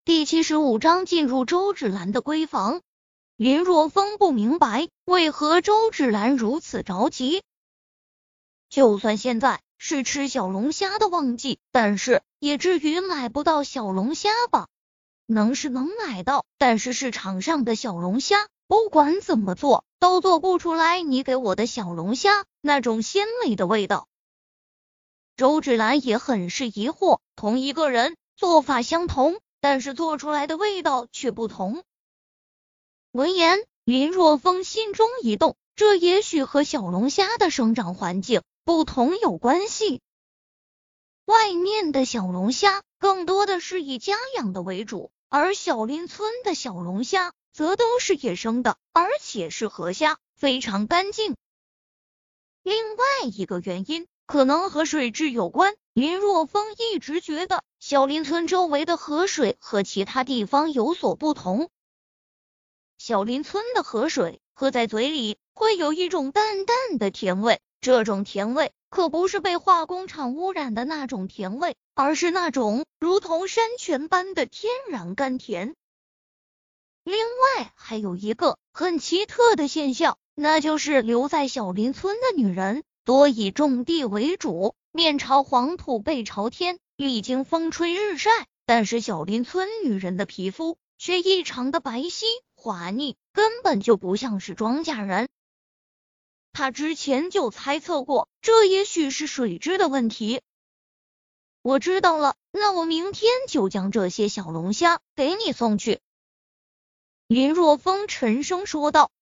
第75章进入周芷兰的闺房。林若风不明白为何周芷兰如此着急。就算现在是吃小龙虾的旺季，但是也至于买不到小龙虾吧？能是能买到，但是市场上的小龙虾不管怎么做都做不出来你给我的小龙虾那种鲜美的味道。周芷兰也很是疑惑，同一个人做法相同，但是做出来的味道却不同。闻言，林若风心中一动，这也许和小龙虾的生长环境不同有关系。外面的小龙虾更多的是以家养的为主，而小林村的小龙虾则都是野生的，而且是河虾，非常干净。另外一个原因可能和水质有关，林若风一直觉得小林村周围的河水和其他地方有所不同。小林村的河水喝在嘴里会有一种淡淡的甜味，这种甜味可不是被化工厂污染的那种甜味，而是那种如同山泉般的天然甘甜。另外还有一个很奇特的现象，那就是留在小林村的女人多以种地为主，面朝黄土背朝天，历经风吹日晒，但是小林村女人的皮肤却异常的白皙滑腻，根本就不像是庄稼人。他之前就猜测过，这也许是水质的问题。我知道了，那我明天就将这些小龙虾给你送去。林若风沉声说道。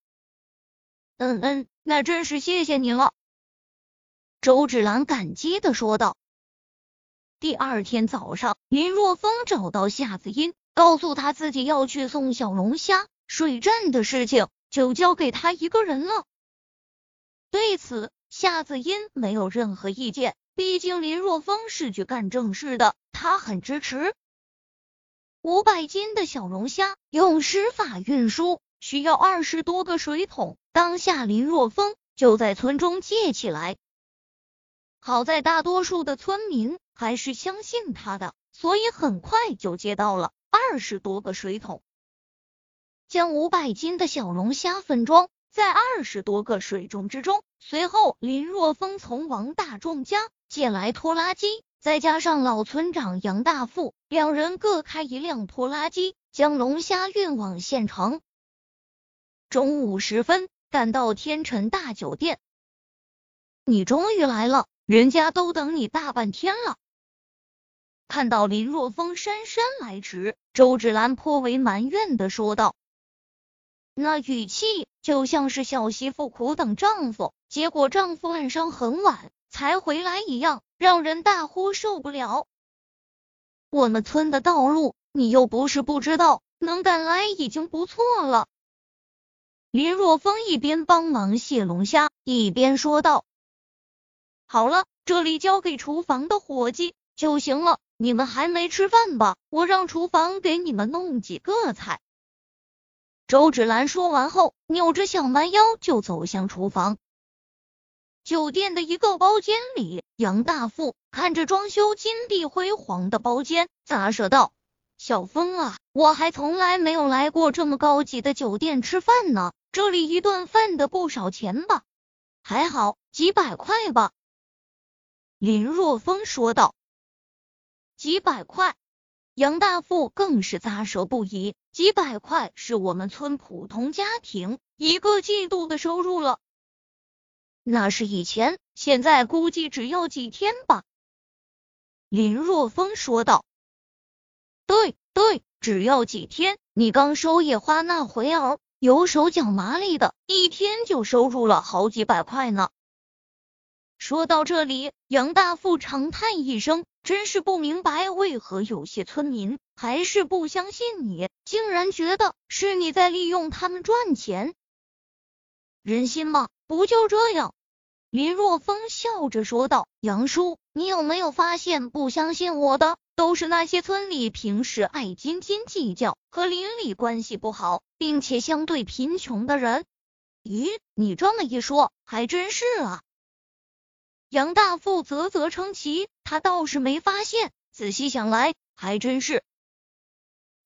那真是谢谢你了。周芷兰感激的说道。第二天早上，林若风找到夏子音，告诉他自己要去送小龙虾，水站的事情就交给他一个人了。对此，夏子音没有任何意见，毕竟林若风是去干正事的，他很支持。500斤的小龙虾用石筏运输，需要20多个水桶，当下林若风就在村中借起来。好在大多数的村民还是相信他的，所以很快就接到了20多个水桶。将500斤的小龙虾分装在20多个水种之中，随后林若风从王大壮家借来拖拉机，再加上老村长杨大富，两人各开一辆拖拉机，将龙虾运往县城。中午时分，赶到天辰大酒店。你终于来了，人家都等你大半天了。看到林若风姗姗来迟，周芷兰颇为埋怨的说道，那语气就像是小媳妇苦等丈夫，结果丈夫晚上很晚才回来一样，让人大呼受不了。我们村的道路你又不是不知道，能赶来已经不错了。林若风一边帮忙卸龙虾，一边说道。好了，这里交给厨房的伙计就行了，你们还没吃饭吧？我让厨房给你们弄几个菜。周芷兰说完后，扭着小蛮腰就走向厨房。酒店的一个包间里，杨大富看着装修金碧辉煌的包间，咂舌道，小风啊，我还从来没有来过这么高级的酒店吃饭呢，这里一顿饭的不少钱吧？还好，几百块吧。林若风说道。几百块？杨大富更是咂舌不已，几百块是我们村普通家庭一个季度的收入了。那是以前，现在估计只要几天吧。林若风说道。对，只要几天，你刚收野花那会儿，有手脚麻利的，一天就收入了好几百块呢。说到这里，杨大富长叹一声，真是不明白为何有些村民还是不相信你，竟然觉得是你在利用他们赚钱。人心嘛，不就这样？林若风笑着说道。杨叔，你有没有发现不相信我的都是那些村里平时爱斤斤计较和邻里关系不好并且相对贫穷的人？咦，你这么一说还真是啊。杨大富啧啧称奇，他倒是没发现，仔细想来还真是。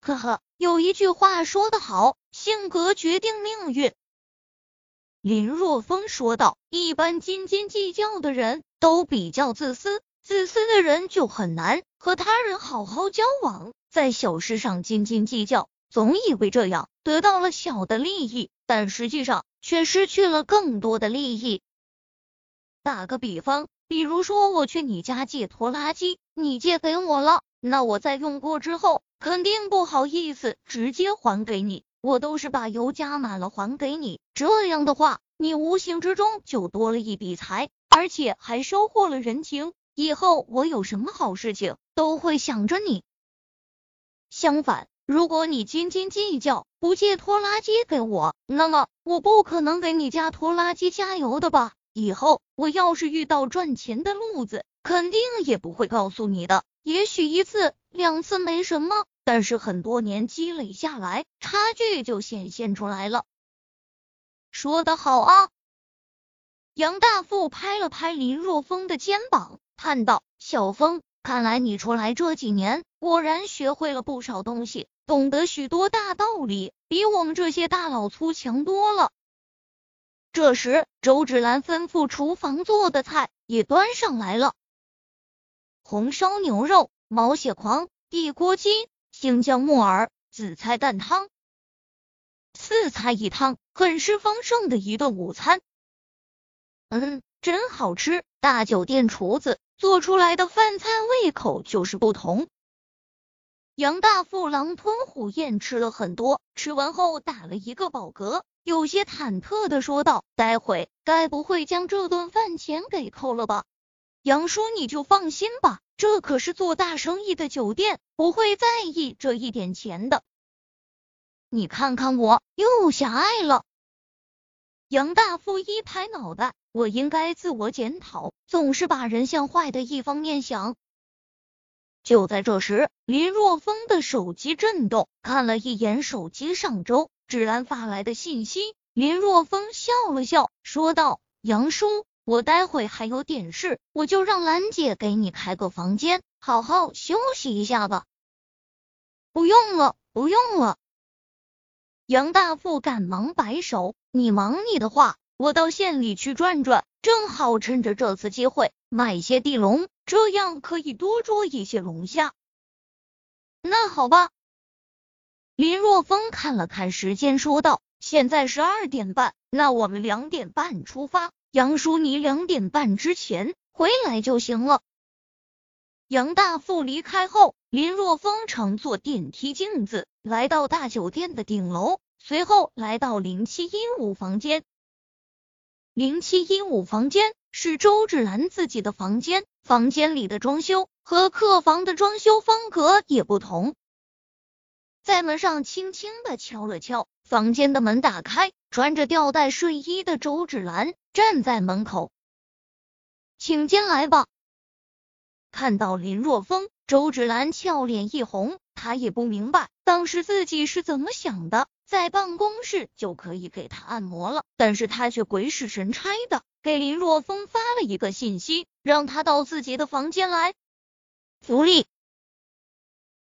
呵呵，有一句话说得好，性格决定命运。林若风说道，一般斤斤计较的人都比较自私，自私的人就很难和他人好好交往，在小事上斤斤计较，总以为这样得到了小的利益，但实际上却失去了更多的利益。打个比方，比如说我去你家借拖拉机，你借给我了，那我在用过之后肯定不好意思直接还给你，我都是把油加满了还给你，这样的话你无形之中就多了一笔财，而且还收获了人情，以后我有什么好事情都会想着你。相反，如果你斤斤计较，不借拖拉机给我，那么我不可能给你家拖拉机加油的吧？以后我要是遇到赚钱的路子，肯定也不会告诉你的。也许一次两次没什么，但是很多年积累下来，差距就显现出来了。说得好啊！杨大富拍了拍林若风的肩膀，叹道：小风，看来你出来这几年，果然学会了不少东西，懂得许多大道理，比我们这些大老粗强多了。这时，周芷兰吩咐厨房做的菜也端上来了：红烧牛肉、毛血狂、地锅鸡、青椒木耳、紫菜蛋汤，4菜一汤，很是丰盛的一顿午餐。真好吃，大酒店厨子做出来的饭菜胃口就是不同。杨大富狼吞虎咽吃了很多，吃完后打了一个饱嗝，有些忐忑的说道：待会该不会将这顿饭钱给扣了吧？杨叔你就放心吧，这可是做大生意的酒店，不会在意这一点钱的。你看看我又狭隘了。杨大富一拍脑袋，我应该自我检讨，总是把人向坏的一方面想。就在这时，林若风的手机震动，看了一眼手机上周芷兰发来的信息，林若风笑了笑，说道：杨叔，我待会还有点事，我就让兰姐给你开个房间，好好休息一下吧。不用了，不用了。杨大富赶忙摆手，你忙你的话，我到县里去转转，正好趁着这次机会买些地笼，这样可以多捉一些龙虾。那好吧。林若风看了看时间，说道：现在12点半，那我们2点半出发，杨叔你2点半之前回来就行了。杨大富离开后，林若风乘坐电梯镜子来到大酒店的顶楼，随后来到0715房间。0715房间是周芷兰自己的房间，房间里的装修和客房的装修风格也不同。在门上轻轻的敲了敲，房间的门打开，穿着吊带睡衣的周芷兰站在门口。请进来吧。看到林若风，周芷兰俏脸一红，她也不明白当时自己是怎么想的，在办公室就可以给她按摩了，但是她却鬼使神差的给林若风发了一个信息，让他到自己的房间来。福利